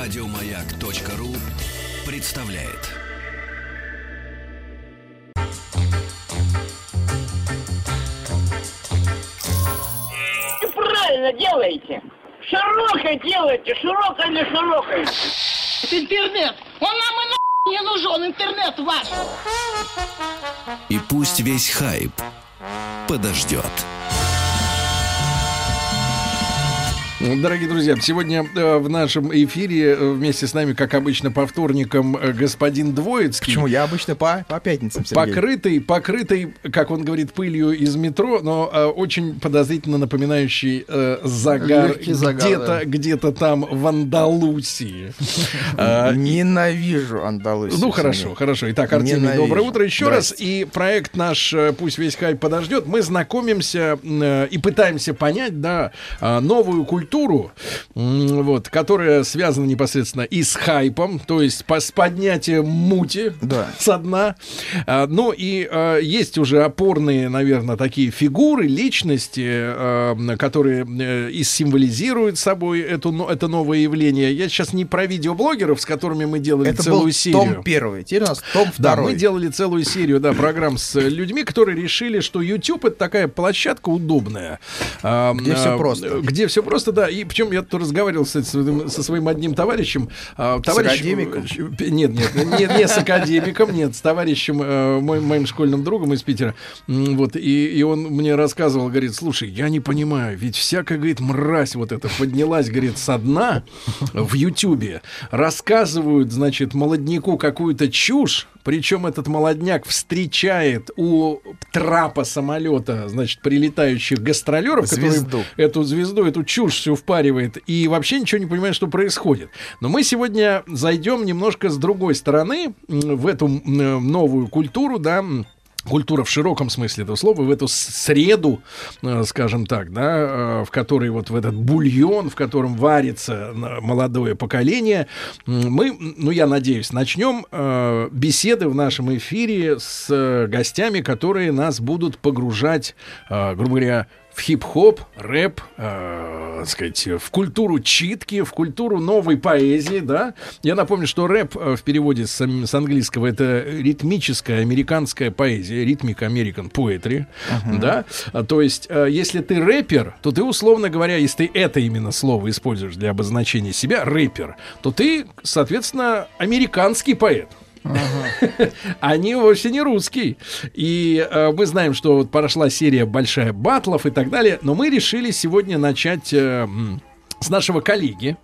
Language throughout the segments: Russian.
Радиомаяк.ру представляет. Правильно делаете. Широкой делайте, широкой или широкой. Интернет, он нам и не нужен, интернет ваш. И пусть весь хайп подождет. Дорогие друзья, сегодня в нашем эфире вместе с нами, как обычно, по вторникам господин Двоицкий. Почему? Я обычно по пятницам, Сергей. Покрытый, как он говорит, пылью из метро, но очень подозрительно напоминающий загар где-то там в Андалусии. Ненавижу Андалусию. Ну, хорошо. Итак, Артемий, доброе утро еще раз. И проект наш «Пусть весь хайп подождет». Мы знакомимся и пытаемся понять, новую культуру, вот, которая связана непосредственно и с хайпом, то есть с поднятием мути со дна. Ну и есть уже опорные, наверное, такие фигуры, личности, которые и символизируют собой это новое явление. Я сейчас не про видеоблогеров, с которыми мы делали целую серию. Это был том первый, теперь у нас том второй. Да, мы делали целую серию программ с людьми, которые решили, что YouTube — это такая площадка удобная. Где все просто. Где все просто, да. И причем я тут разговаривал со своим одним товарищем. С академиком? Нет, не с академиком, нет, с товарищем, моим школьным другом из Питера. Вот, и он мне рассказывал, говорит, слушай, я не понимаю, ведь всякая, говорит, мразь вот эта поднялась, говорит, со дна в Ютубе. Рассказывают, значит, молодняку какую-то чушь, причем этот молодняк встречает у трапа самолета, значит, прилетающих гастролеров, которые эту чушь всю впаривает, и вообще ничего не понимает, что происходит. Но мы сегодня зайдем немножко с другой стороны в эту новую культуру, культура в широком смысле этого слова, в эту среду, скажем так, в которой вот в этот бульон, в котором варится молодое поколение, мы, я надеюсь, начнем беседы в нашем эфире с гостями, которые нас будут погружать, грубо говоря, в хип-хоп, рэп, в культуру читки, в культуру новой поэзии, да. Я напомню, что рэп в переводе с английского — это ритмическая американская поэзия, ритмик American poetry, да. То есть, если ты рэпер, то ты, условно говоря, если ты это именно слово используешь для обозначения себя, рэпер, то ты, соответственно, американский поэт. Они вовсе не русские. И мы знаем, что вот прошла серия большая баттлов и так далее. Но мы решили сегодня начать с нашего коллеги.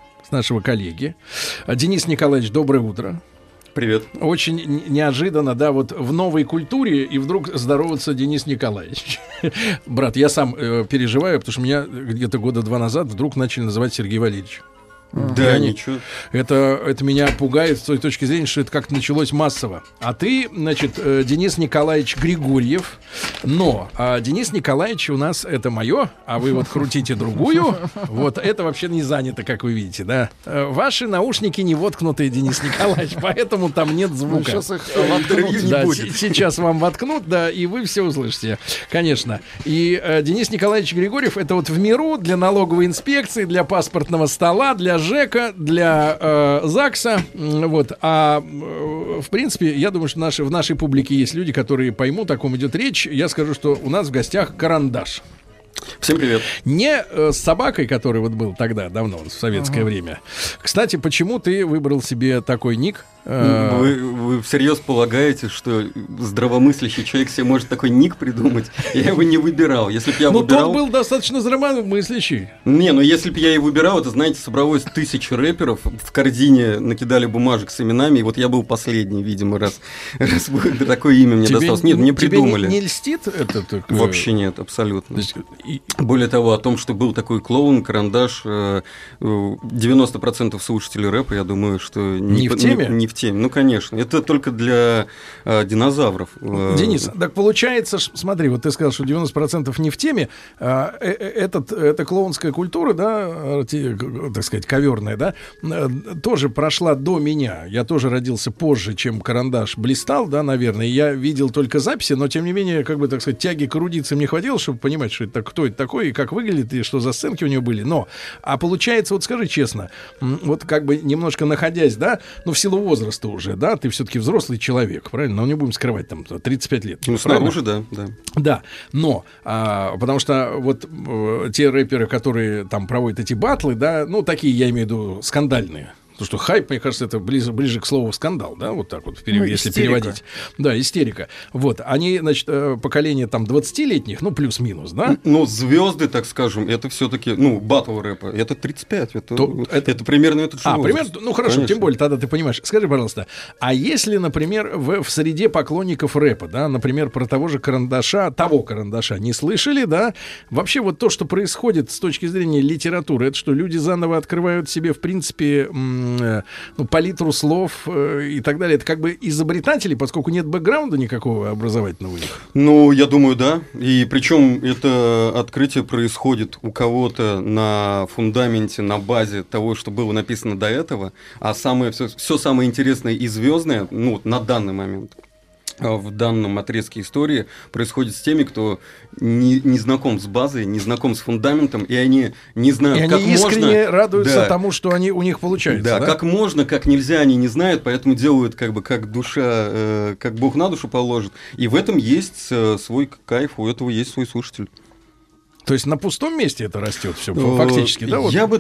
Денис Николаевич, доброе утро. Привет. Очень неожиданно, вот в новой культуре и вдруг здороваться Денис Николаевич. Брат, я сам переживаю, потому что меня где-то года 2 назад вдруг начали называть Сергей Валерьевич. Да, ничего. Это меня пугает с той точки зрения, что это как-то началось массово. А ты, значит, Денис Николаевич Григорьев. Но Денис Николаевич у нас это мое, а вы вот крутите другую. Вот это вообще не занято, как вы видите, да. Ваши наушники не воткнутые, Денис Николаевич, поэтому там нет звука. Сейчас их воткнут не будет. Сейчас вам воткнут, и вы все услышите, конечно. И Денис Николаевич Григорьев — это вот в миру для налоговой инспекции, для паспортного стола, для ЖЭКа, для ЗАГСа. Вот. В принципе, я думаю, что в нашей публике есть люди, которые поймут, о ком идет речь. Я скажу, что у нас в гостях Карандаш. Всем привет. Не с собакой, который вот был тогда, давно, в советское время. Кстати, почему ты выбрал себе такой ник? Вы всерьез полагаете, что здравомыслящий человек себе может такой ник придумать? Я его не выбирал. Если б я выбирал... тот был достаточно здравомыслящий. Если бы я и выбирал, это, знаете, собралось 1000 рэперов, в корзине накидали бумажек с именами, и вот я был последний, видимо, раз такое имя мне досталось. Нет, мне придумали. Тебе не льстит это? Вообще нет, абсолютно. Более того, о том, что был такой клоун, Карандаш, 90% слушателей рэпа, я думаю, что не в теме? Не в теме, ну, конечно. Это только для динозавров. Денис, так получается, смотри, вот ты сказал, что 90% не в теме. Эта клоунская культура, так сказать, коверная, тоже прошла до меня. Я тоже родился позже, чем Карандаш блистал, наверное. Я видел только записи, но, тем не менее, так сказать, тяги к эрудиции мне хватило, чтобы понимать, что это кто это такой, и как выглядит, и что за сценки у него были. Но, а получается, вот скажи честно, вот как бы немножко находясь, да, ну, в силу возраста уже, да, ты все-таки взрослый человек, правильно? Но не будем скрывать, там, 35 лет. Ну, снаружи, да. Да, но, потому что вот те рэперы, которые там проводят эти батлы, да, ну, такие, я имею в виду, скандальные. Потому что хайп, мне кажется, это ближе к слову скандал, да, вот так вот, если переводить. Да, истерика. Вот, они, значит, поколение там 20-летних, ну, плюс-минус, да? Ну, звезды, так скажем, это все-таки, ну, батл рэпа, это 35, это примерно этот же возраст. Примерно, ну, хорошо, конечно. Тем более, тогда ты понимаешь. Скажи, пожалуйста, а если, например, в среде поклонников рэпа, да, например, про того Карандаша не слышали, да, вообще вот то, что происходит с точки зрения литературы, это что, люди заново открывают себе, в принципе, палитру слов и так далее. Это как бы изобретатели, поскольку нет бэкграунда никакого образовательного у них. Ну, я думаю, да. И причем это открытие происходит у кого-то на фундаменте, на базе того, что было написано до этого. А все самое интересное и звездное, ну, на данный момент, в данном отрезке истории происходит с теми, кто не знаком с базой, не знаком с фундаментом, и они не знают, и как они искренне можно... радуются тому, что у них получается. Да, как можно, как нельзя, они не знают, поэтому делают как бы как душа, как Бог на душу положит. И в этом есть свой кайф, у этого есть свой слушатель. То есть на пустом месте это растет все фактически, да? Вот. Я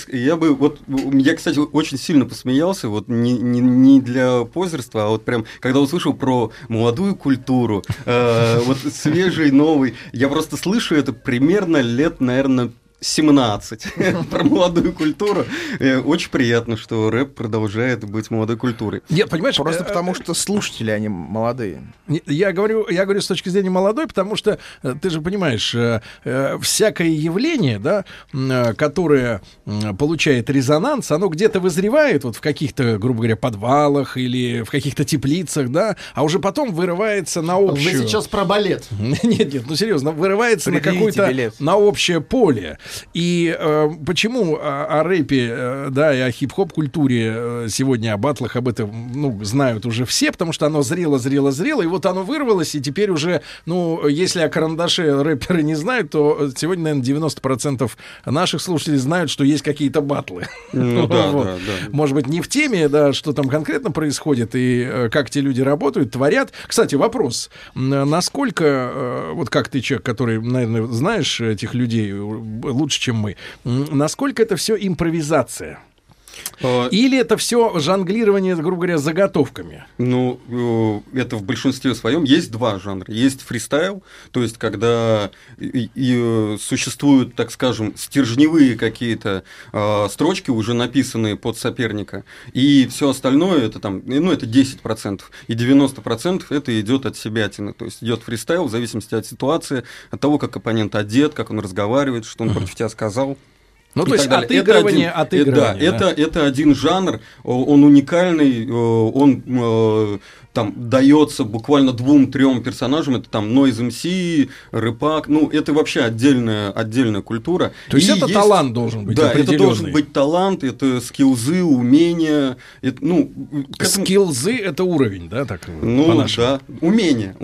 кстати, очень сильно посмеялся, вот не для позерства, а вот прям, когда услышал про молодую культуру, вот свежий, новый, я просто слышу это примерно лет, наверное, 17 про молодую культуру. Очень приятно, что рэп продолжает быть молодой культурой. Нет, понимаешь, просто потому что слушатели, они молодые. Я говорю с точки зрения молодой, потому что ты же понимаешь, всякое явление, да, которое получает резонанс, оно где-то вызревает вот в каких-то, грубо говоря, подвалах или в каких-то теплицах, да, а уже потом вырывается на общую. Вы сейчас про балет. Нет, ну серьезно, вырывается на какое-то, на общее поле. И почему о рэпе, да, и о хип-хоп культуре сегодня, о батлах об этом, ну, знают уже все, потому что оно зрело, и вот оно вырвалось, и теперь уже, ну, если о Карандаше рэперы не знают, то сегодня, наверное, 90% наших слушателей знают, что есть какие-то батлы. Ну, да. Может быть, не в теме, да, что там конкретно происходит и как те люди работают, творят. Кстати, вопрос, насколько, вот как ты человек, который, наверное, знаешь этих людей лучше, чем мы. Насколько это все импровизация? Или это все жонглирование, грубо говоря, заготовками? Ну, это в большинстве своем. Есть два жанра. Есть фристайл, то есть когда существуют, так скажем, стержневые какие-то строчки, уже написанные под соперника, и все остальное это там, ну, это 10%, и 90% это идет от себятины. То есть идет фристайл в зависимости от ситуации, от того, как оппонент одет, как он разговаривает, что он против тебя сказал. Ну, то есть отыгрывание. Да, это один жанр, он уникальный, он там дается буквально 2-3 персонажам, это там Noise MC, Рэпак, ну, это вообще отдельная культура. То есть это талант должен быть определенный. Да, это должен быть талант, это скиллзы, умения. Скиллзы — это уровень, да, так ну, по-нашему? Да, умение.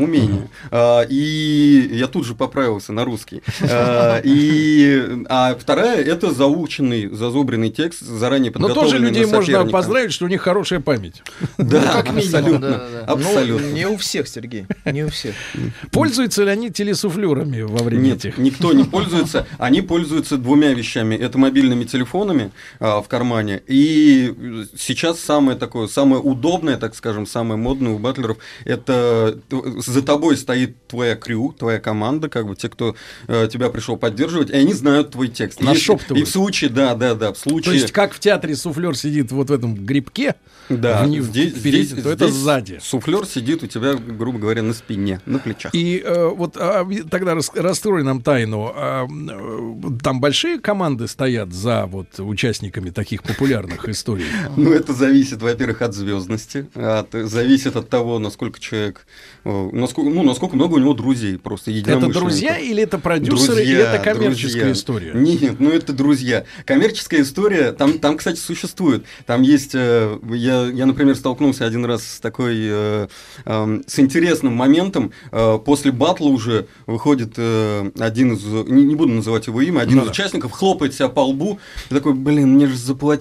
И я тут же поправился на русский. А вторая — это заученный, зазубренный текст, заранее подготовленный. Но тоже людей можно поздравить, что у них хорошая память. Да, абсолютно. Абсолютно. Не у всех, Сергей, не у всех. Пользуются ли они телесуфлерами во время этих? Нет, никто не пользуется. Они пользуются двумя вещами. Это мобильными телефонами в кармане. И сейчас самое удобное, так скажем, самое модное у батлеров, это за тобой стоит твоя крю, твоя команда, как бы те, кто тебя пришел поддерживать, и они знают твой текст. И в случае, да, в случае... То есть, как в театре суфлер сидит вот в этом грибке, да, здесь, то это сзади. Суфлер сидит у тебя, грубо говоря, на спине, на плечах. И вот тогда раскрой нам тайну. Там большие команды стоят за вот участниками таких популярных историй? Ну, это зависит, во-первых, от звездности, зависит от того, насколько человек, насколько много у него друзей просто. Это друзья или это продюсеры, или это коммерческая история? Нет, это друзья. Коммерческая история, там, кстати, существует. Там есть, я, например, столкнулся один раз с такой с интересным моментом. После батла уже выходит один из, не буду называть его имя, один из участников, хлопает себя по лбу и такой, блин, мне же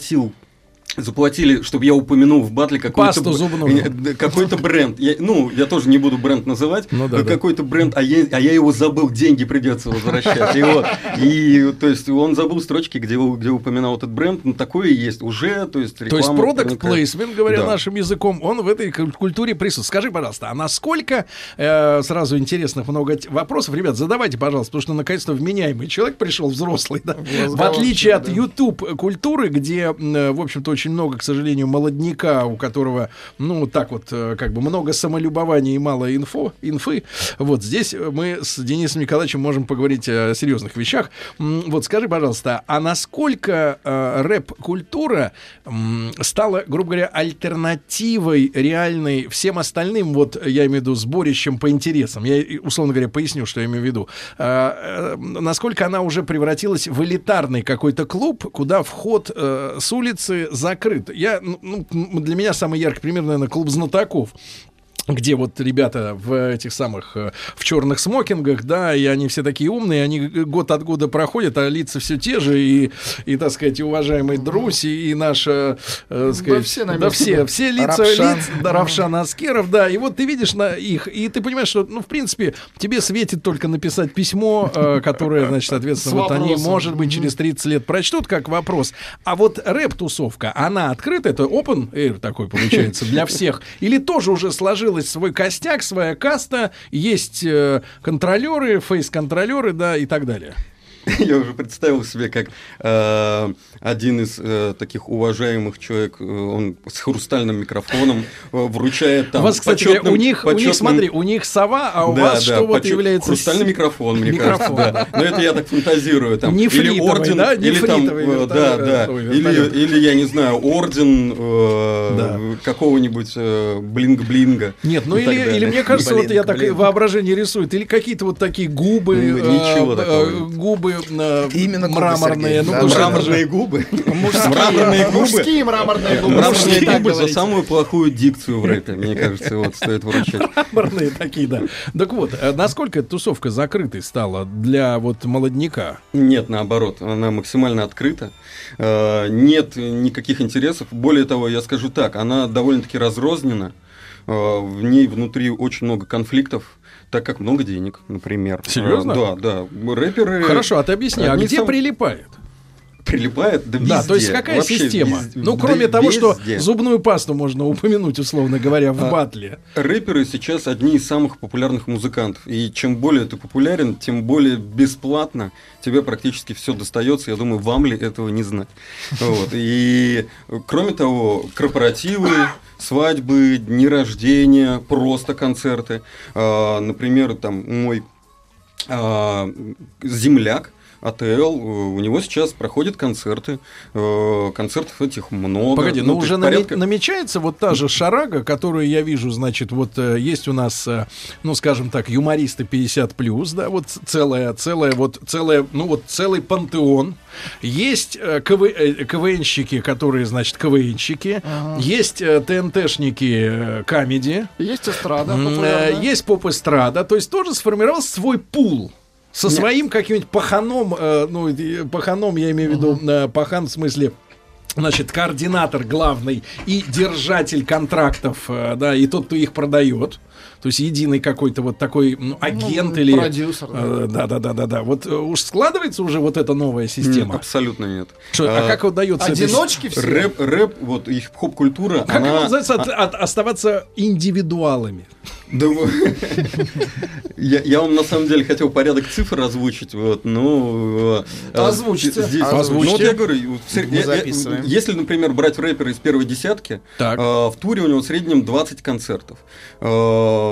заплатили, чтобы я упомянул в батле какой-то бренд. Я тоже не буду бренд называть, какой-то бренд, а я его забыл, деньги придется возвращать. И то есть он забыл строчки, где упоминал этот бренд, такое и есть уже, то есть реклама. То есть product placement, говоря нашим языком, он в этой культуре присутствует. Скажи, пожалуйста, а насколько, сразу интересных много вопросов, ребят, задавайте, пожалуйста, потому что наконец-то вменяемый человек пришел, взрослый, да? В отличие от YouTube культуры, где, в общем-то, очень много, к сожалению, молодняка, у которого, так вот, как бы много самолюбования и мало инфы. Вот здесь мы с Денисом Николаевичем можем поговорить о серьезных вещах. Вот скажи, пожалуйста, а насколько рэп-культура стала, грубо говоря, альтернативой реальной всем остальным, вот я имею в виду, сборищем по интересам? Я, условно говоря, поясню, что я имею в виду. Насколько она уже превратилась в элитарный какой-то клуб, куда вход с улицы закрыт. Для меня самый яркий пример, наверное, клуб знатоков, где вот ребята в этих самых, в черных смокингах, да, и они все такие умные, они год от года проходят, а лица все те же, и так сказать, и уважаемый Друси, и наша, сказать, все лица, Равшан Аскеров, да, и вот ты видишь на их, и ты понимаешь, что, в принципе, тебе светит только написать письмо, которое, значит, соответственно, вот они, может быть, через 30 лет прочтут как вопрос, а вот рэп-тусовка, она открыта, это open air такой получается для всех, или тоже уже сложилась свой костяк, своя каста, есть контролеры, фейс-контролеры, да, и так далее. Я уже представил себе, как один из таких уважаемых человек, он с хрустальным микрофоном вручает там. У вас, кстати, у них, смотри, у них сова, а у вас что вот является... Хрустальный микрофон, мне кажется, да. Но это я так фантазирую. Там, или орден, или там, или, я не знаю, орден какого-нибудь блинг-блинга. Нет, или мне кажется, вот я так воображение рисует, или какие-то вот такие губы, ничего такого. Губы именно мраморные, мраморные губы, мужские мраморные губы, мраморные губы за самую плохую дикцию в рэпе, мне кажется, вот стоит вручать. Мраморные такие, да. Так вот, насколько эта тусовка закрытой стала для вот молодняка? Нет, наоборот, она максимально открыта, нет никаких интересов. Более того, я скажу так, она довольно-таки разрознена, в ней внутри очень много конфликтов. Так как много денег, например. Серьезно? Да. Рэперы... Хорошо, а ты объясни, а где прилипает? Прилипает? Да везде. Да, то есть какая вообще система? Кроме того, что зубную пасту можно упомянуть, условно говоря, в батле. Рэперы сейчас одни из самых популярных музыкантов. И чем более ты популярен, тем более бесплатно тебе практически все достается. Я думаю, вам ли этого не знать. И кроме того, корпоративы, свадьбы, дни рождения, просто концерты. Например, там мой земляк АТЛ, у него сейчас проходят концерты, концертов этих много. Погоди, но уже намечается вот та же шарага, которую я вижу, значит, вот есть у нас, скажем так, юмористы 50+, да, вот целый пантеон. Есть КВНщики, которые, значит, КВНщики, есть ТНТшники комеди, есть эстрада, есть поп-эстрада, то есть тоже сформировался свой пул. Со своим каким-нибудь паханом, паханом я имею в виду, пахан в смысле, значит, координатор главный и держатель контрактов, да, и тот, кто их продает. То есть единый какой-то вот такой агент или... Продюсер. Да. Вот уж складывается уже вот эта новая система? Абсолютно нет. А как удается... Одиночки все? Рэп, вот их хип-хоп-культура, как это называется? Оставаться индивидуалами. Да, я вам на самом деле хотел порядок цифр озвучить. Озвучите. Вот я говорю, если, например, брать рэпера из первой десятки, в туре у него в среднем 20 концертов.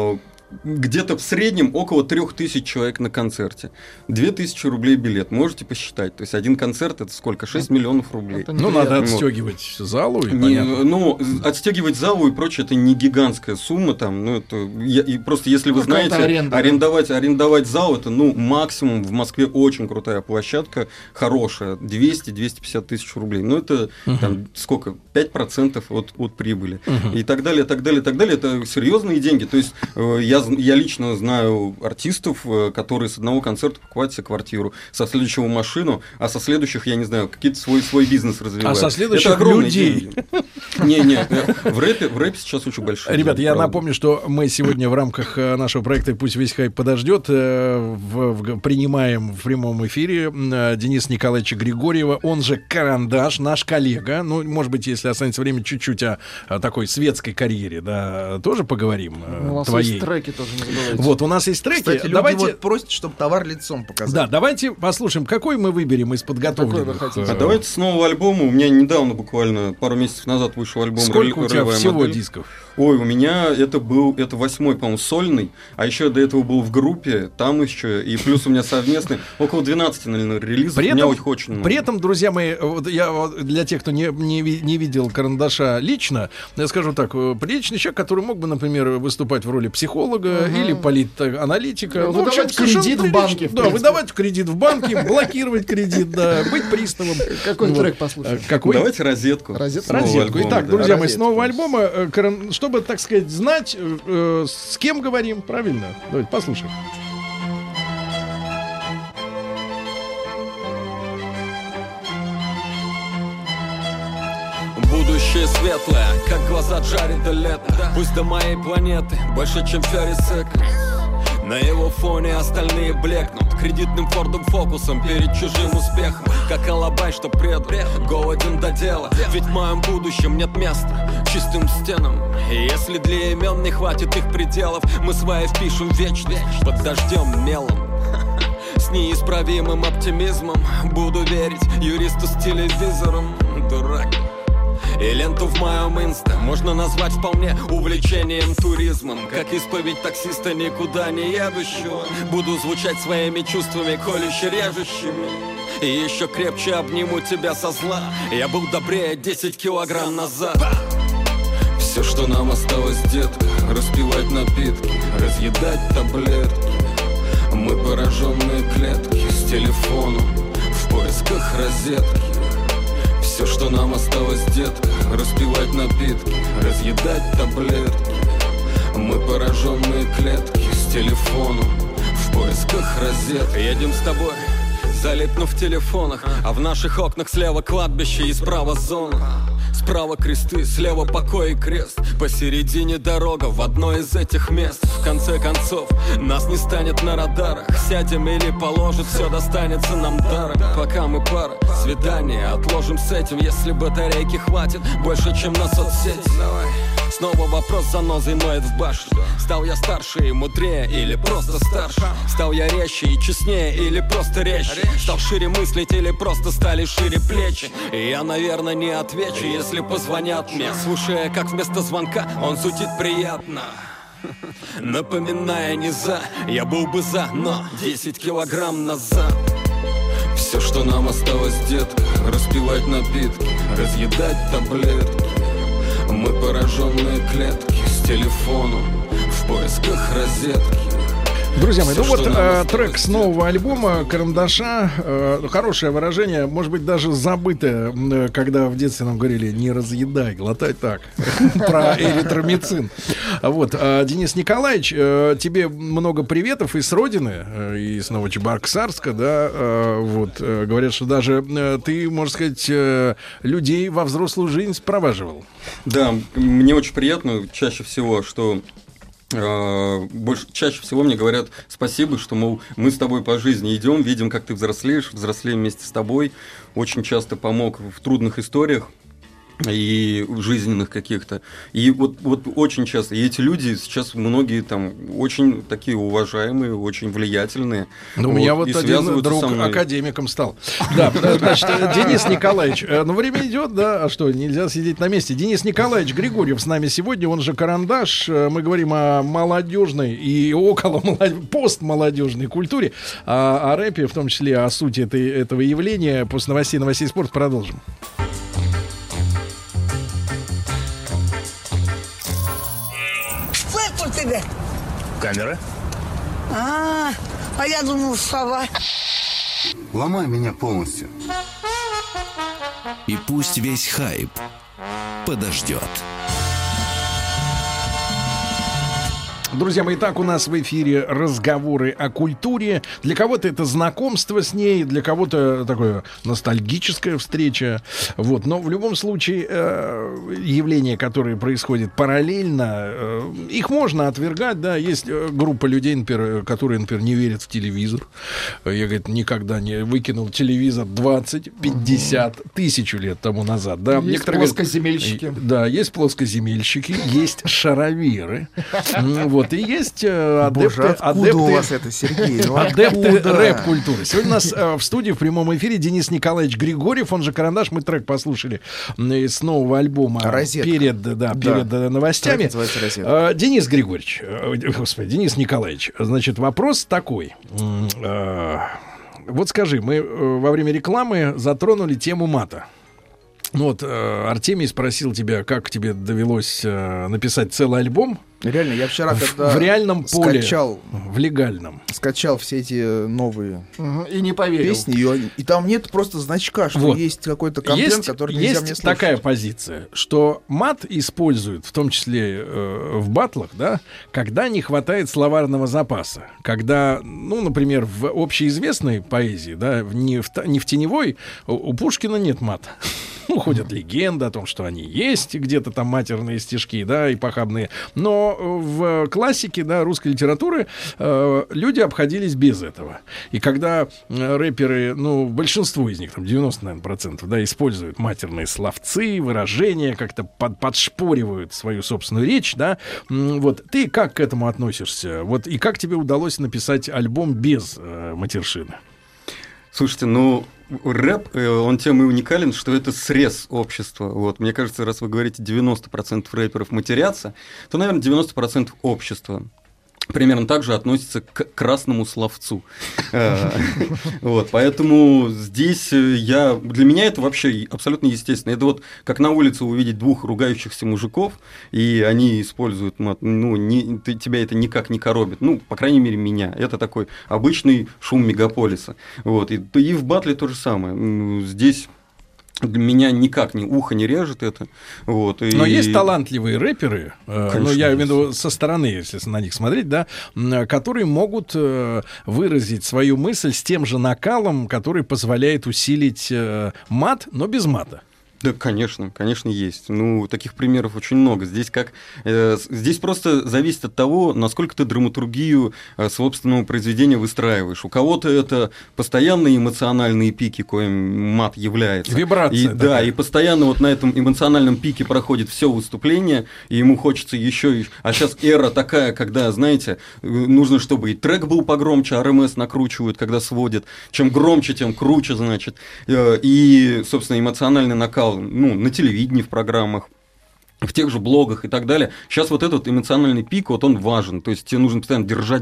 где-то в среднем около 3000 человек на концерте. 2000 рублей билет, можете посчитать. То есть один концерт — это сколько? 6 миллионов рублей. Ну, надо отстегивать залу, и понятно. Ну, отстегивать залу и прочее — это не гигантская сумма. Там, ну, это, и просто если вы знаете, арендовать зал — это, ну, максимум в Москве очень крутая площадка, хорошая, 200-250 тысяч рублей. Ну, это там, сколько? 5% от прибыли. И так далее, так далее, так далее. Это серьезные деньги. То есть я лично знаю артистов, которые с одного концерта покупают себе квартиру, со следующего машину, а со следующих, я не знаю, какие-то свой бизнес развивают. А со следующих людей. Не, в рэпе сейчас очень большие. Ребята, я напомню, что мы сегодня в рамках нашего проекта «Пусть весь хайп подождет» принимаем в прямом эфире Дениса Николаевича Григорьева, он же Карандаш, наш коллега. Ну, может быть, если останется время, чуть-чуть о такой светской карьере, да, тоже поговорим. У вас есть треки тоже, не забывайте. Вот, у нас есть треки. Кстати, люди давайте вот просят, чтобы товар лицом показать. Да, давайте послушаем, какой мы выберем из подготовленных. А давайте с нового альбома. У меня недавно, буквально пару месяцев назад, вышел альбом. Сколько у тебя всего дисков? Ой, у меня это 8-й, по-моему, сольный, а еще до этого был в группе, там еще, и плюс у меня совместный, около 12, наверное, релизов, у меня очень много. При этом, друзья мои, для тех, кто не видел Карандаша лично, я скажу так, приличный человек, который мог бы, например, выступать в роли психолога или политаналитика. Ну, выдавать кредит в банке. Да, выдавать кредит в банке, блокировать кредит, да, быть приставом. Какой трек послушаем? Давайте розетку. Розетку. Итак, друзья мои, с нового альбома, чтобы, так сказать, знать, с кем говорим, правильно? Давайте послушаем. Будущее светлое, как глаза Джареда Лето. Пусть до моей планеты больше, чем Феррис Эклс. На его фоне остальные блекнут кредитным Фордом Фокусом перед чужим успехом. Как алабай, что предан, голоден до дела. Ведь в моем будущем нет места чистым стенам. И если для имен не хватит их пределов, мы свои впишем в вечность под дождем мелом. С неисправимым оптимизмом буду верить юристу с телевизором. Дурак. И ленту в моем инста можно назвать вполне увлечением туризмом. Как исповедь таксиста, никуда не едущего. Буду звучать своими чувствами, колюще режущими. И еще крепче обниму тебя со зла. Я был добрее 10 килограмм назад. Все, что нам осталось, детка, распивать напитки, разъедать таблетки. Мы пораженные клетки с телефоном в поисках розетки. Все, что нам осталось, детка, распивать напитки, разъедать таблетки. Мы пораженные клетки с телефоном в поисках розетки. Едем с тобой, залипнув в телефонах, а в наших окнах слева кладбище и справа зона. Справа кресты, слева покой и крест. Посередине дорога в одно из этих мест. В конце концов, нас не станет на радарах. Сядем или положит, все достанется нам даром. Пока мы пара, свидание отложим с этим. Если батарейки хватит больше, чем на соцсети. Давай. Снова вопрос занозой ноет в башне. Стал я старше и мудрее или просто старше? Стал я резче и честнее или просто резче? Стал шире мыслить или просто стали шире плечи? И я, наверное, не отвечу, если позвонят мне, слушая, как вместо звонка он зудит приятно. Напоминая не за, я был бы за, но 10 килограмм назад. Все, что нам осталось, детка, распивать напитки, разъедать таблетки. Мы пораженные клетки с телефоном в поисках розетки. Друзья мои, трек с нового альбома Карандаша, хорошее выражение, может быть, даже забытое, когда в детстве нам говорили: не разъедай, глотай так, про эритромицин. Вот, Денис Николаевич, тебе много приветов и с родины, и с Новочебоксарска, да, вот, говорят, что даже ты, можно сказать, людей во взрослую жизнь спроваживал. Да, мне очень приятно, чаще всего, что чаще всего мне говорят спасибо, что, мол, мы с тобой по жизни идем, видим, как ты взрослеешь, взрослеем вместе с тобой. Очень часто помог в трудных историях. и жизненных каких-то. И вот очень часто, и эти люди сейчас многие там очень такие уважаемые, очень влиятельные. Ну, у меня вот один друг академиком стал. Да, значит, Денис Николаевич, ну, время идет, да, а что, нельзя сидеть на месте. Денис Николаевич Григорьев с нами сегодня, он же Карандаш. Мы говорим о молодежной и около постмолодежной культуре, о рэпе, в том числе о сути этого явления. После новостей спорта продолжим. Тебе. Камера? А я думал, сова. Ломай меня полностью. И пусть весь хайп подождет. Друзья мои, итак, у нас в эфире разговоры о культуре. Для кого-то это знакомство с ней, для кого-то такое ностальгическая встреча. Вот. Но в любом случае явления, которые происходят параллельно, их можно отвергать. Да? Есть группа людей, например, которые, например, не верят в телевизор. Я, говорит, никогда не выкинул телевизор 20, 50, 1000 лет тому назад. Да? Есть плоскоземельщики. Да, есть плоскоземельщики, есть шаровиры. Вот, и есть адепты, у вас это, Сергей? Адепты рэп-культуры. Сегодня у нас в студии в прямом эфире Денис Николаевич Григорьев, он же Карандаш. Мы трек послушали с нового альбома перед новостями. Денис Григорьевич, Денис Николаевич, значит, вопрос такой. Вот скажи, мы во время рекламы затронули тему мата. Ну вот, Артемий спросил тебя, как тебе довелось написать целый альбом. Реально, я вчера, когда в реальном поле, скачал, в легальном, скачал все эти новые и не поверил. Песни, и там нет просто значка, что есть какой-то контент, который нельзя мне слушать. Есть такая позиция, что мат используют, в том числе в баттлах, да, когда не хватает словарного запаса. Когда, ну, например, в общеизвестной поэзии, да, не в теневой, у Пушкина нет мата. Ну, ходят легенды о том, что они есть, где-то там матерные стишки, да, и похабные. Но в классике, да, русской литературы люди обходились без этого. И когда рэперы, ну, большинство из них, там 90%, наверное, да, используют матерные словцы, выражения, как-то подшпоривают свою собственную речь, да, вот, ты как к этому относишься? Вот, и как тебе удалось написать альбом без матершины? Слушайте, ну, рэп, он тем и уникален, что это срез общества. Вот. Мне кажется, раз вы говорите, 90% рэперов матерятся, то, наверное, 90% общества примерно так же относится к красному словцу. Вот, поэтому здесь для меня это вообще абсолютно естественно. Это вот как на улице увидеть двух ругающихся мужиков, и они используют мат. Ну, тебя это никак не коробит. Ну, по крайней мере, меня. Это такой обычный шум мегаполиса. Вот, и в батле то же самое. Здесь меня никак ухо не режет это. Вот, но есть талантливые рэперы, ну, я имею в виду со стороны, если на них смотреть, да, которые могут выразить свою мысль с тем же накалом, который позволяет усилить мат, но без мата. Да, конечно, есть. Ну, таких примеров очень много. Здесь здесь просто зависит от того, насколько ты драматургию собственного произведения выстраиваешь. У кого-то это постоянные эмоциональные пики, коим мат является. Вибрация. Да, и постоянно вот на этом эмоциональном пике проходит все выступление, и ему хочется еще. А сейчас эра такая, когда, знаете, нужно, чтобы и трек был погромче, РМС накручивают, когда сводят. Чем громче, тем круче, значит. И, собственно, эмоциональный накал, ну, на телевидении, в программах, в тех же блогах и так далее. Сейчас вот этот эмоциональный пик, вот он важен. То есть тебе нужно постоянно держать,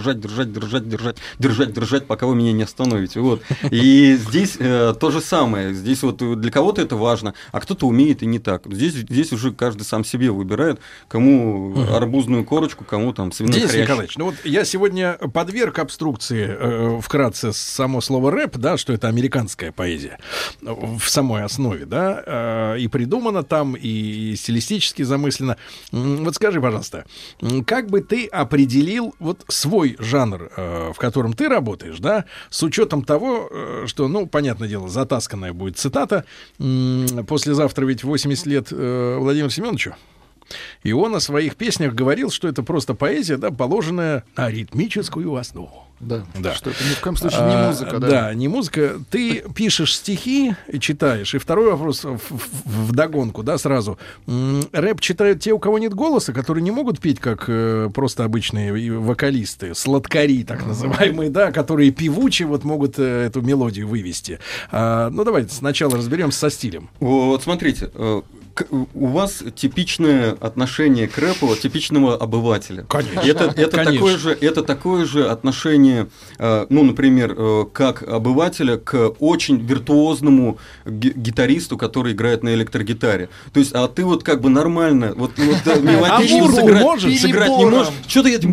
пока вы меня не остановите. Вот. И здесь то же самое. Здесь вот для кого-то это важно, а кто-то умеет и не так. Здесь уже каждый сам себе выбирает, кому арбузную корочку, кому там свиной хрящ. Денис Николаевич, ну вот я сегодня подверг обструкции вкратце само слово рэп, да, что это американская поэзия в самой основе, да, и придумано там, и стилистически замысленно. Вот скажи, пожалуйста, как бы ты определил вот свой жанр, в котором ты работаешь, да, с учетом того, что, ну, понятное дело, затасканная будет цитата. Послезавтра ведь 80 лет Владимиру Семеновичу. И он о своих песнях говорил, что это просто поэзия, да, положенная на ритмическую основу. Да, что это ни в коем случае не музыка. Да, не музыка. Ты пишешь стихи и читаешь. И второй вопрос вдогонку, да, сразу. Рэп читают те, у кого нет голоса, которые не могут петь, как просто обычные вокалисты, сладкари, так называемые, да, которые певучи вот могут эту мелодию вывести. Ну, давайте сначала разберемся со стилем. Вот смотрите, у вас типичное отношение к рэпу типичного обывателя. Конечно. Это такое же отношение, ну, например, как обывателя к очень виртуозному гитаристу, который играет на электрогитаре. То есть, а ты вот как бы нормально, вот мелодично сыграть не можешь. Что-то я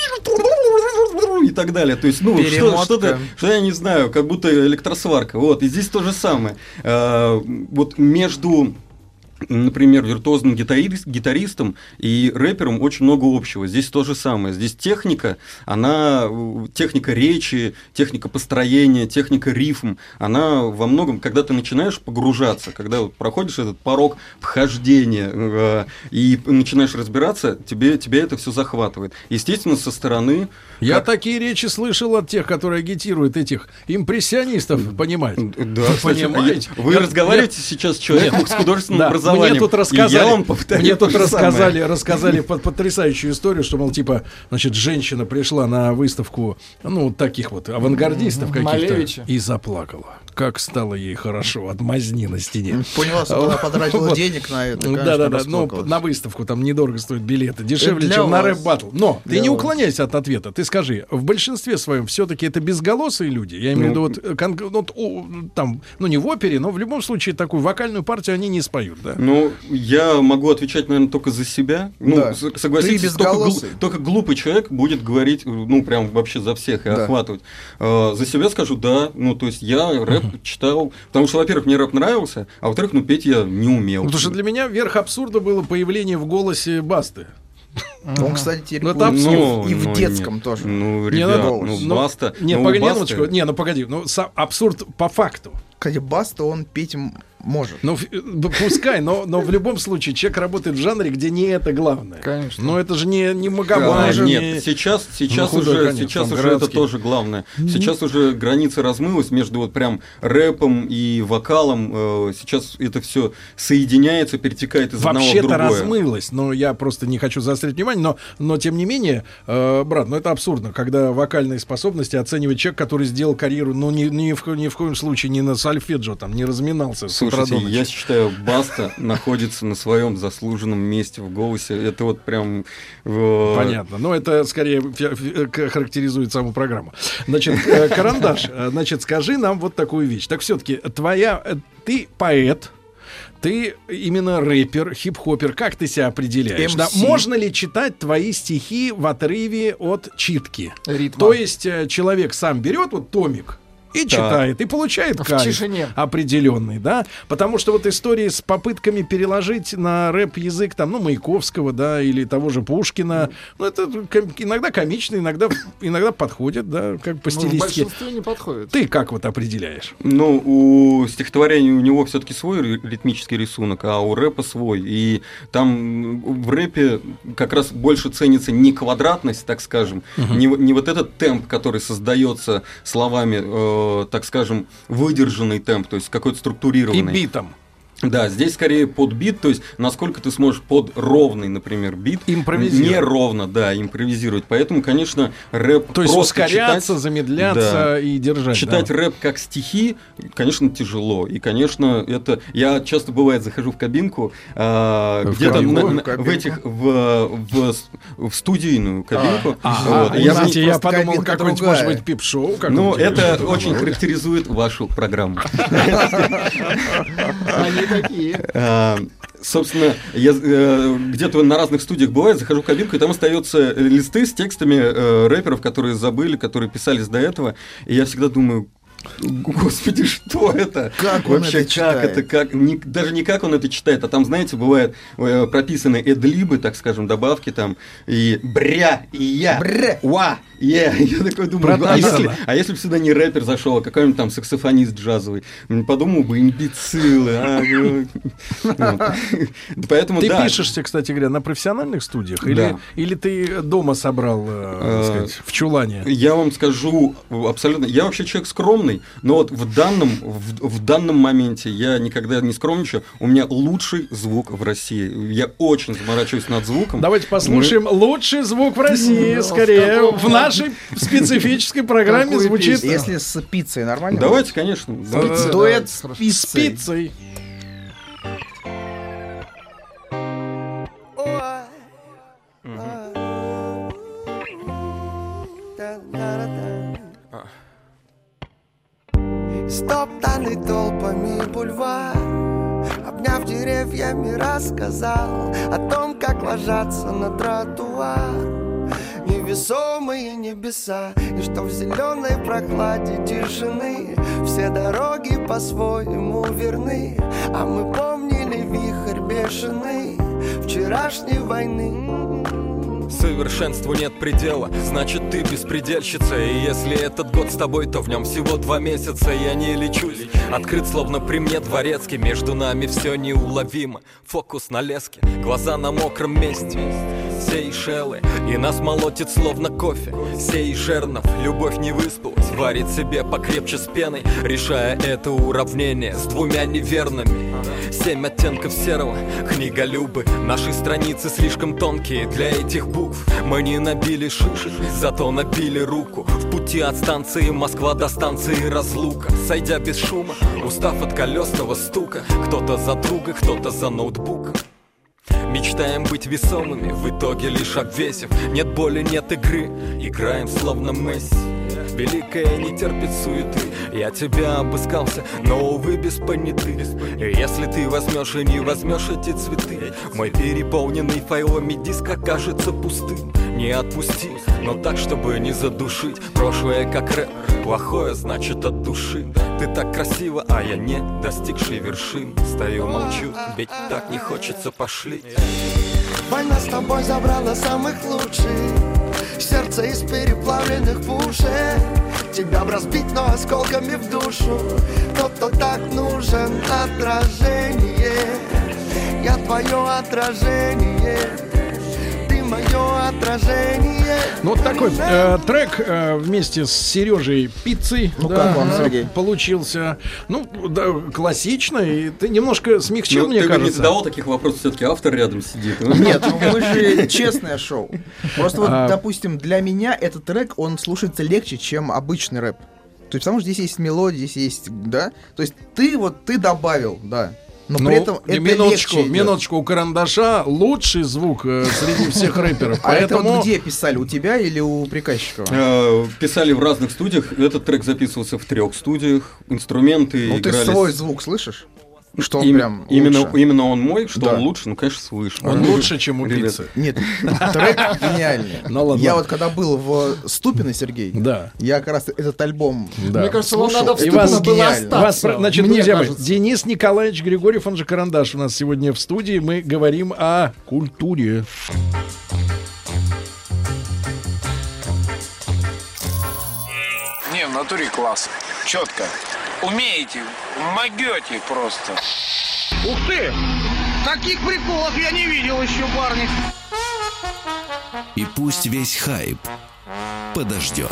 и так далее. То есть, ну, что-то, я не знаю, как будто электросварка. Вот, и здесь то же самое. Вот между, например, виртуозным гитаристом и рэпером очень много общего. Здесь то же самое. Здесь техника речи, техника построения, техника рифм, она во многом, когда ты начинаешь погружаться, когда вот проходишь этот порог вхождения и начинаешь разбираться, тебя это все захватывает. Естественно, со стороны... Я такие речи слышал от тех, которые агитируют этих импрессионистов, понимаете? Да, понимаете? Вы разговариваете сейчас с человеком с художественным образованием. Мне тут рассказали потрясающую историю, что, мол, типа, значит, женщина пришла на выставку, ну, таких вот авангардистов каких-то и заплакала. Как стало ей хорошо от мазни на стене. Поняла, что она потратила денег на это. Да, ну, на выставку там недорого стоят билеты, дешевле, чем на рэп-баттл. Но ты не уклоняйся от ответа. Ты скажи, в большинстве своем все-таки это безголосые люди? Я имею в виду, там, ну, не в опере, но в любом случае такую вокальную партию они не споют, да? Ну, я могу отвечать, наверное, только за себя. Ну, да. Согласитесь, только глупый человек будет говорить, ну, прям вообще за всех и охватывать. За себя скажу, да, ну, то есть я рэп читал, потому что, во-первых, мне рэп нравился, а во-вторых, ну, петь я не умел. Потому что для меня верх абсурда было появление в голосе Басты. Он, кстати, теперь и в детском тоже. Ну, ребят, Баста... Погоди, абсурд по факту. Кстати, Баста, он петь может. Ну, пускай, но в любом случае человек работает в жанре, где не это главное. Конечно. Но это же не Магомай. Нет, сейчас уже это тоже главное. Сейчас уже граница размылась между вот прям рэпом и вокалом. Сейчас это все соединяется, перетекает из одного в другое. Вообще-то размылось, но я просто не хочу заострить внимание, но тем не менее, брат, ну это абсурдно, когда вокальные способности оценивает человек, который сделал карьеру, ну ни в коем случае не на сольфеджио, там, не разминался. Слушайте, я считаю, Баста находится на своем заслуженном месте в голосе. Это вот прям... Понятно. Но это скорее характеризует саму программу. Значит, Карандаш, значит, скажи нам вот такую вещь. Так все-таки ты поэт, ты именно рэпер, хип-хопер. Как ты себя определяешь? Да? Можно ли читать твои стихи в отрыве от читки? Ритма. То есть человек сам берет вот томик и читает, и получает кайф определенный, да, потому что вот истории с попытками переложить на рэп-язык, там, ну, Маяковского, да, или того же Пушкина, ну, это иногда комично, иногда подходит, да, как по стилистике. В большинстве не подходит. Ты как вот определяешь? Ну, у стихотворения у него все-таки свой ритмический рисунок, а у рэпа свой, и там в рэпе как раз больше ценится не квадратность, так скажем, не вот этот темп, который создается словами, так скажем, выдержанный темп, то есть какой-то структурированный. И битом. Да, здесь скорее под бит, то есть насколько ты сможешь под ровный, например, бит неровно, да, импровизировать. Поэтому, конечно, рэп то есть ускоряться, читать, замедляться и держать. Читать рэп как стихи, конечно, тяжело. И, конечно, это... Я часто, бывает, захожу в кабинку, где-то в студийную кабинку. Я подумал, какое-нибудь, может быть, пип-шоу. Ну, это очень характеризует вашу программу. Они такие. Собственно, я где-то на разных студиях бывает, захожу в кабинку, и там остаются листы с текстами рэперов, которые забыли, которые писались до этого. И я всегда думаю, Господи, что это? Как он вообще, это читает? Даже не как он это читает, а там, знаете, бывают прописаны эдлибы, так скажем, добавки там, и бря, и я, уа, я такой думаю, а если бы сюда не рэпер зашел, а какой-нибудь там саксофонист джазовый, подумал бы, имбецилы. Поэтому, ты пишешься, кстати говоря, на профессиональных студиях? Или ты дома собрал, так сказать, в чулане? Я вам скажу абсолютно, я вообще человек скромный, но вот в данном моменте я никогда не скромничаю. У меня лучший звук в России. Я очень заморачиваюсь над звуком. Давайте послушаем лучший звук в России. Скорее, в нашей специфической программе звучит. Если с пиццей нормально? Давайте, конечно. Дуэт с пиццей. Стоптанный толпами бульвар, обняв деревьями, рассказал о том, как ложатся на тротуар невесомые небеса, и что в зеленой прохладе тишины все дороги по-своему верны. А мы помнили вихрь бешеный вчерашней войны. Совершенству нет предела, значит ты беспредельщица. И если этот год с тобой, то в нем всего 2 месяца. Я не лечусь, открыт словно при мне дворецкий. Между нами все неуловимо, фокус на леске, глаза на мокром месте. Сейшелы, и нас молотит словно кофе. Сейшернов, любовь не выспалась, варит себе покрепче с пеной, решая это уравнение с 2 неверными. 7 оттенков серого, книголюбы. Наши страницы слишком тонкие для этих букв. Мы не набили шишек, зато набили руку. В пути от станции Москва до станции Разлука. Сойдя без шума, устав от колесного стука. Кто-то за друга, кто-то за ноутбуком. Мечтаем быть весомыми, в итоге лишь обвесив. Нет боли, нет игры, играем словно Месси. Великое не терпит суеты. Я тебя обыскался, но, увы, без поняты. Если ты возьмешь и не возьмешь эти цветы, мой переполненный файлами диск окажется пустым. Не отпусти, но так, чтобы не задушить. Прошлое как рэп, плохое значит от души. Ты так красива, а я не достигший вершин. Стою, молчу, ведь так не хочется, пошли. Война с тобой забрала самых лучших, сердце из переплавленных пушек. Тебя б разбить, но осколками в душу. Тот, кто так нужен, отражение. Я твое отражение, ты мое отражение. Ну вот такой трек вместе с Сережей Пиццей, как вам, Сергей? Получился, ну, да, классично, и ты немножко смягчил, мне кажется. Ты не задавал таких вопросов, все-таки автор рядом сидит. Нет, мы же честное шоу. Просто вот, допустим, для меня этот трек, он слушается легче, чем обычный рэп. То есть, потому что здесь есть мелодия, здесь есть, да? То есть ты добавил, да. Но при этом это минуточку, у Карандаша лучший звук среди всех рэперов. А это вот где писали, у тебя или у приказчика? Писали в разных студиях. Этот трек записывался в 3 студиях. Инструменты игрались. Ну ты свой звук слышишь? Что он прям лучше? Именно он мой, что он лучше, ну, конечно, слышу. Он лучше, чем у Пиццы. Нет, трек гениальный. Я вот когда был в Ступино, Сергей, я как раз этот альбом мне кажется, вам надо в Ступино было остаться. Значит, друзья мои, Денис Николаевич Григорьев, он же Карандаш, у нас сегодня в студии. Мы говорим о культуре. Не, в натуре класс. Четко. Умеете, могете просто. Ух ты! Таких приколов я не видел еще, парни. И пусть весь хайп подождет.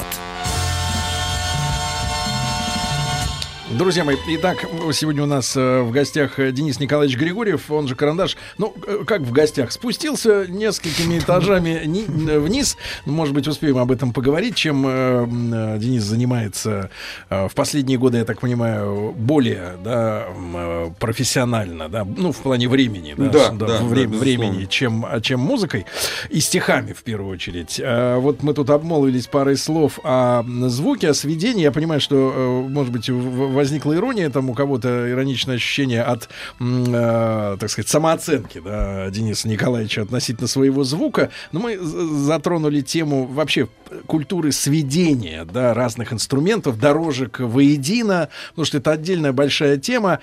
Друзья мои, итак, сегодня у нас в гостях Денис Николаевич Григорьев, он же Карандаш. Ну, как в гостях? Спустился несколькими этажами вниз. Может быть, успеем об этом поговорить, чем Денис занимается в последние годы, я так понимаю, более профессионально, да, ну, в плане времени, времени, чем музыкой и стихами, в первую очередь. Вот мы тут обмолвились парой слов о звуке, о сведении. Я понимаю, что, может быть, возникла ирония, там у кого-то ироничное ощущение от, так сказать, самооценки, да, Дениса Николаевича относительно своего звука. Но мы затронули тему вообще культуры сведения, да, разных инструментов, дорожек воедино, потому что это отдельная большая тема.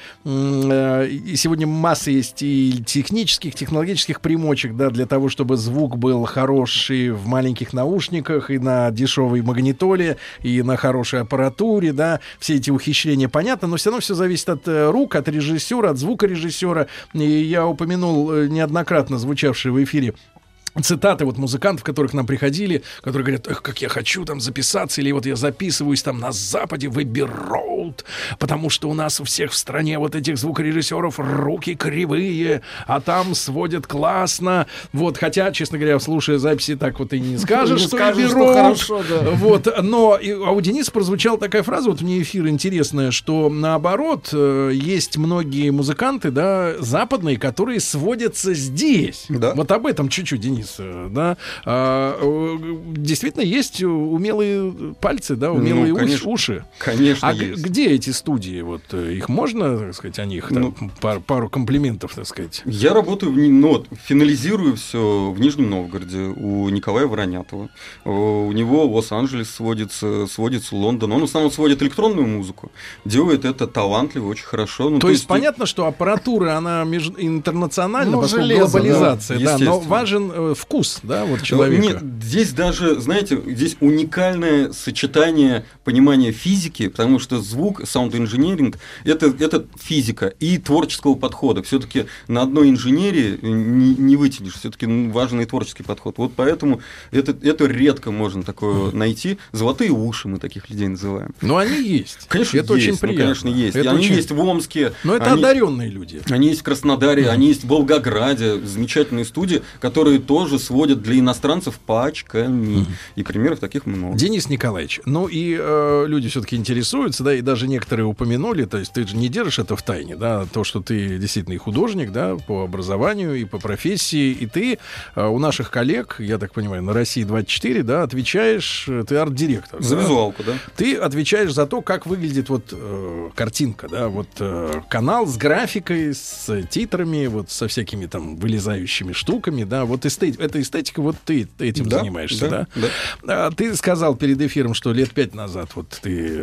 И сегодня масса есть и технических, технологических примочек, да, для того, чтобы звук был хороший в маленьких наушниках и на дешевой магнитоле, и на хорошей аппаратуре, да, все эти ухищрения понятно, но все равно все зависит от рук, от режиссера, от звукорежиссера. И я упомянул неоднократно звучавшие в эфире цитаты вот музыкантов, которые к нам приходили, которые говорят: эх, как я хочу там записаться, или вот я записываюсь там на Западе в Эбби-Роуд, потому что у нас у всех в стране вот этих звукорежиссеров руки кривые, а там сводят классно. Вот, хотя, честно говоря, слушая записи, так вот и не скажешь, что Эбби-Роуд. Вот, но у Дениса прозвучала такая фраза, вот вне эфира интересная, что наоборот, есть многие музыканты, да, западные, которые сводятся здесь. Да. Вот об этом чуть-чуть, Денис. Да, действительно есть умелые пальцы, да, умелые уши. Конечно, есть. Где эти студии? Вот их можно, так сказать, о них пару комплиментов, так сказать. Я работаю, финализирую все в Нижнем Новгороде у Николая Воронятова. У него Лос-Анджелес сводится Лондон. Он в основном сводит электронную музыку, делает это талантливо, очень хорошо. То есть понятно, что аппаратура, она интернациональна, поскольку глобализация, да, но важен вкус, да, вот человека. Нет, здесь даже, знаете, здесь уникальное сочетание понимания физики, потому что звук, саунд-инженеринг — это физика и творческого подхода. Все-таки на одной инженерии не вытянешь, все-таки важен и творческий подход. Вот поэтому это редко можно такое найти. Золотые уши мы таких людей называем. Но они есть. Конечно, это есть, очень приятно. Конечно, есть. Они есть в Омске. Но это одаренные люди. Они есть в Краснодаре, они есть в Волгограде. Замечательные студии, которые тоже сводят для иностранцев пачками. И примеров таких много. Денис Николаевич, ну и люди все-таки интересуются, да, и даже некоторые упомянули, то есть ты же не держишь это в тайне, да, то, что ты действительно и художник, да, по образованию и по профессии, и ты у наших коллег, я так понимаю, на России-24, да, отвечаешь, ты арт-директор. За визуалку, да. Ты отвечаешь за то, как выглядит вот картинка, да, вот канал с графикой, с титрами, вот со всякими там вылезающими штуками, да, вот эта эстетика, вот ты этим занимаешься, да? Ты сказал перед эфиром, что лет 5 назад вот ты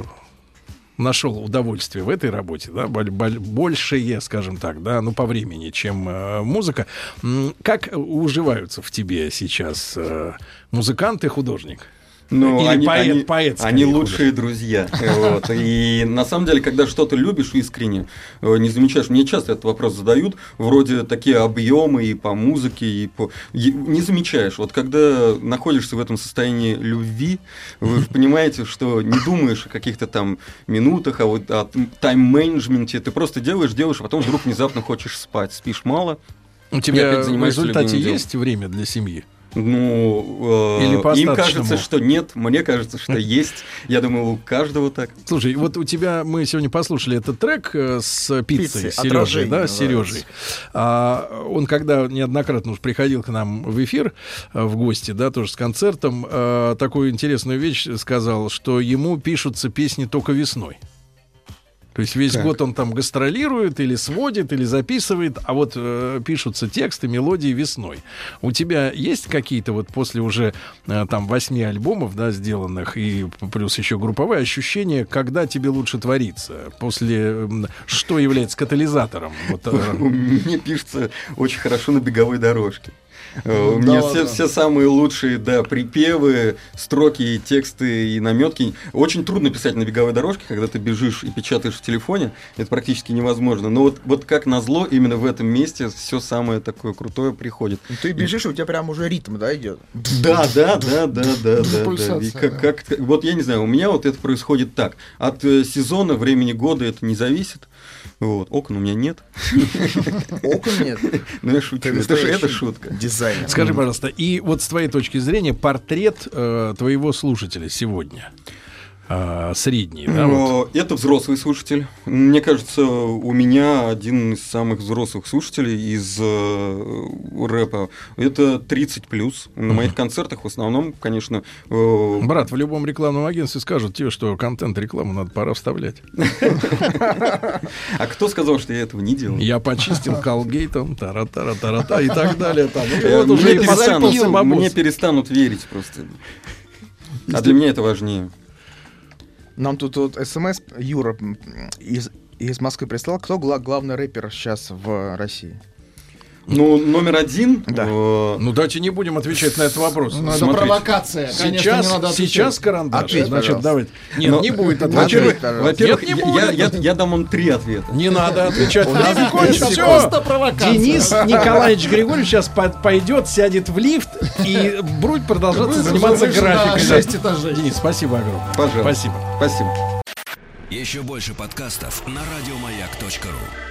нашел удовольствие в этой работе, да, большее, скажем так, да, ну, по времени, чем музыка. Как уживаются в тебе сейчас музыкант и художник? Ну, или поэт, они лучшие друзья. Вот. И на самом деле, когда что-то любишь искренне, не замечаешь, мне часто этот вопрос задают, вроде такие объемы и по музыке, не замечаешь. Вот когда находишься в этом состоянии любви, вы понимаете, что не думаешь о каких-то там минутах, а вот о тайм-менеджменте, ты просто делаешь, а потом вдруг внезапно хочешь спать, спишь мало. У тебя в результате есть время для семьи? Ну, им кажется, что нет, мне кажется, что есть. Я думаю, у каждого так. Слушай, вот у тебя, мы сегодня послушали этот трек с пиццей, Сережей, да, с Сережей. Он когда неоднократно уж приходил к нам в эфир, в гости, да, тоже с концертом, такую интересную вещь сказал, что ему пишутся песни только весной. То есть весь год он там гастролирует или сводит, или записывает, а вот пишутся тексты, мелодии весной. У тебя есть какие-то вот после уже там 8 альбомов, да, сделанных, и плюс еще групповые ощущения, когда тебе лучше твориться? После что является катализатором? Мне пишется очень хорошо на беговой дорожке. У меня все самые лучшие, да, припевы, строки, тексты и наметки. Очень трудно писать на беговой дорожке, когда ты бежишь и печатаешь в телефоне. Это практически невозможно. Но вот как назло, именно в этом месте все самое такое крутое приходит. Ты бежишь, и у тебя прям уже ритм, да, идет? Да. Вот я не знаю, у меня вот это происходит так. От сезона, времени года это не зависит. Вот. Окон у меня нет. Окон нет? Ну, я шучу. Это шутка. Дизайнер. Скажи, пожалуйста, и вот с твоей точки зрения портрет твоего слушателя сегодня. средний. Да, вот. Это взрослый слушатель. Мне кажется, у меня один из самых взрослых слушателей из рэпа. Это 30+. На моих концертах в основном, конечно... Брат, в любом рекламном агентстве скажут тебе, что контент-рекламу надо пора вставлять. А кто сказал, что я этого не делал? Я почистил колгейтом, тара-тара-тара-та и так далее. Мне перестанут верить просто. А для меня это важнее. Нам тут вот СМС Юра из Москвы прислал. Кто главный рэпер сейчас в России? Ну, номер один. Да. Ну, давайте не будем отвечать на этот вопрос. Ну, это провокация. Конечно, не надо отвечать. Сейчас карандаш. Ответь, значит, давайте. Нет, Но, не будет отвечать. Во-первых, я дам вам 3 ответа. Не надо отвечать. Время кончится. Это просто провокация. Денис Николаевич Григорьевич сейчас пойдет, сядет в лифт и будет продолжаться заниматься графикой. 6 этажей. Денис, спасибо огромное. Пожалуйста. Спасибо. Спасибо. Еще больше подкастов на радиомаяк.ру.